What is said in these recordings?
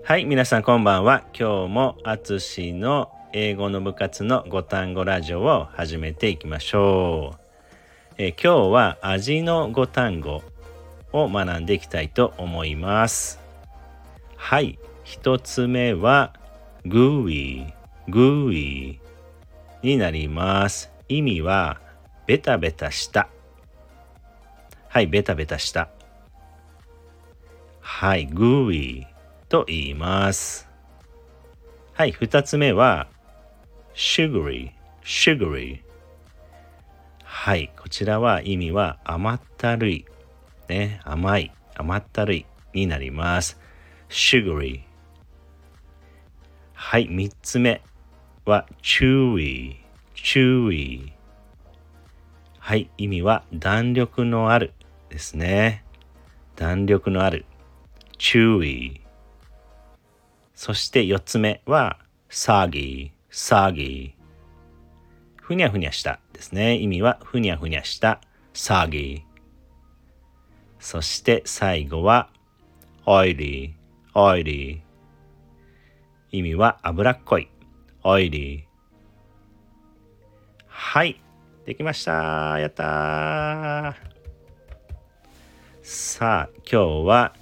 はい、皆さんこんばんは。今日もあつしの英語の部活の5単語ラジオを始めていきましょう。今日は味の5単語を学んでいきたいと思います。はい、一つ目はグーイになります。意味はベタベタした。はい、ベタベタした。はい、グーと言います。はい、二つ目はsugary。はい、こちらは意味は甘ったるい、ね、甘ったるいになります。sugary。はい、三つ目はchewy。はい、意味は弾力のあるですね。弾力のある。chewy。そして4つ目はsoggy。ふにゃふにゃしたですね。意味はふにゃふにゃした。soggy。そして最後はoily。意味は脂っこい。oily。はい、できました。やったー。さあ、今日は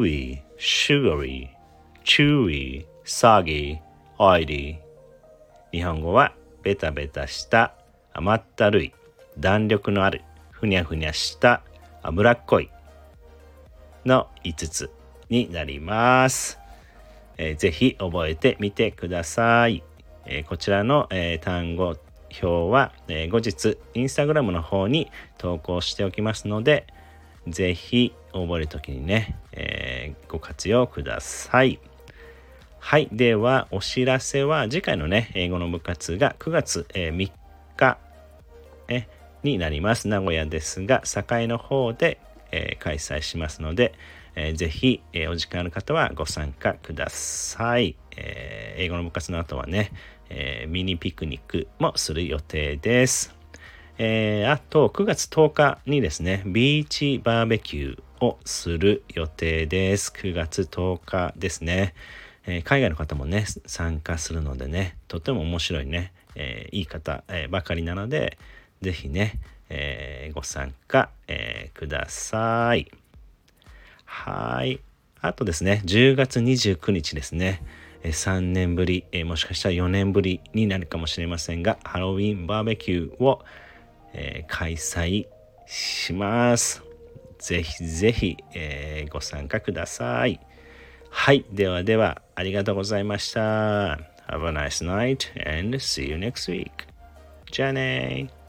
gooey、sugary、chewy、soggy、oily。日本語はベタベタした、甘ったるい、弾力のある、ふにゃふにゃした、脂っこいの5つになります。ぜひ覚えてみてください。こちらの、単語表は、後日インスタグラムの方に投稿しておきますので、ぜひ覚えるときにね、ご活用ください。はい、ではお知らせは次回のね英語の部活が9月3日になります。名古屋ですが栄の方で開催しますので、ぜひお時間ある方はご参加ください。英語の部活の後はね、ミニピクニックもする予定です。あと9月10日にですねビーチバーベキューをする予定です。9月10日ですね。海外の方もね参加するのでね、とても面白いね、いい方、ばかりなのでぜひね、ご参加、ください。はい。あとですね10月29日ですね、3年ぶり、もしかしたら4年ぶりになるかもしれませんがハロウィンバーベキューを、開催します。ぜひぜひ、ご参加ください。はい、ではではありがとうございました。Have a nice night and see you next week. じゃあね。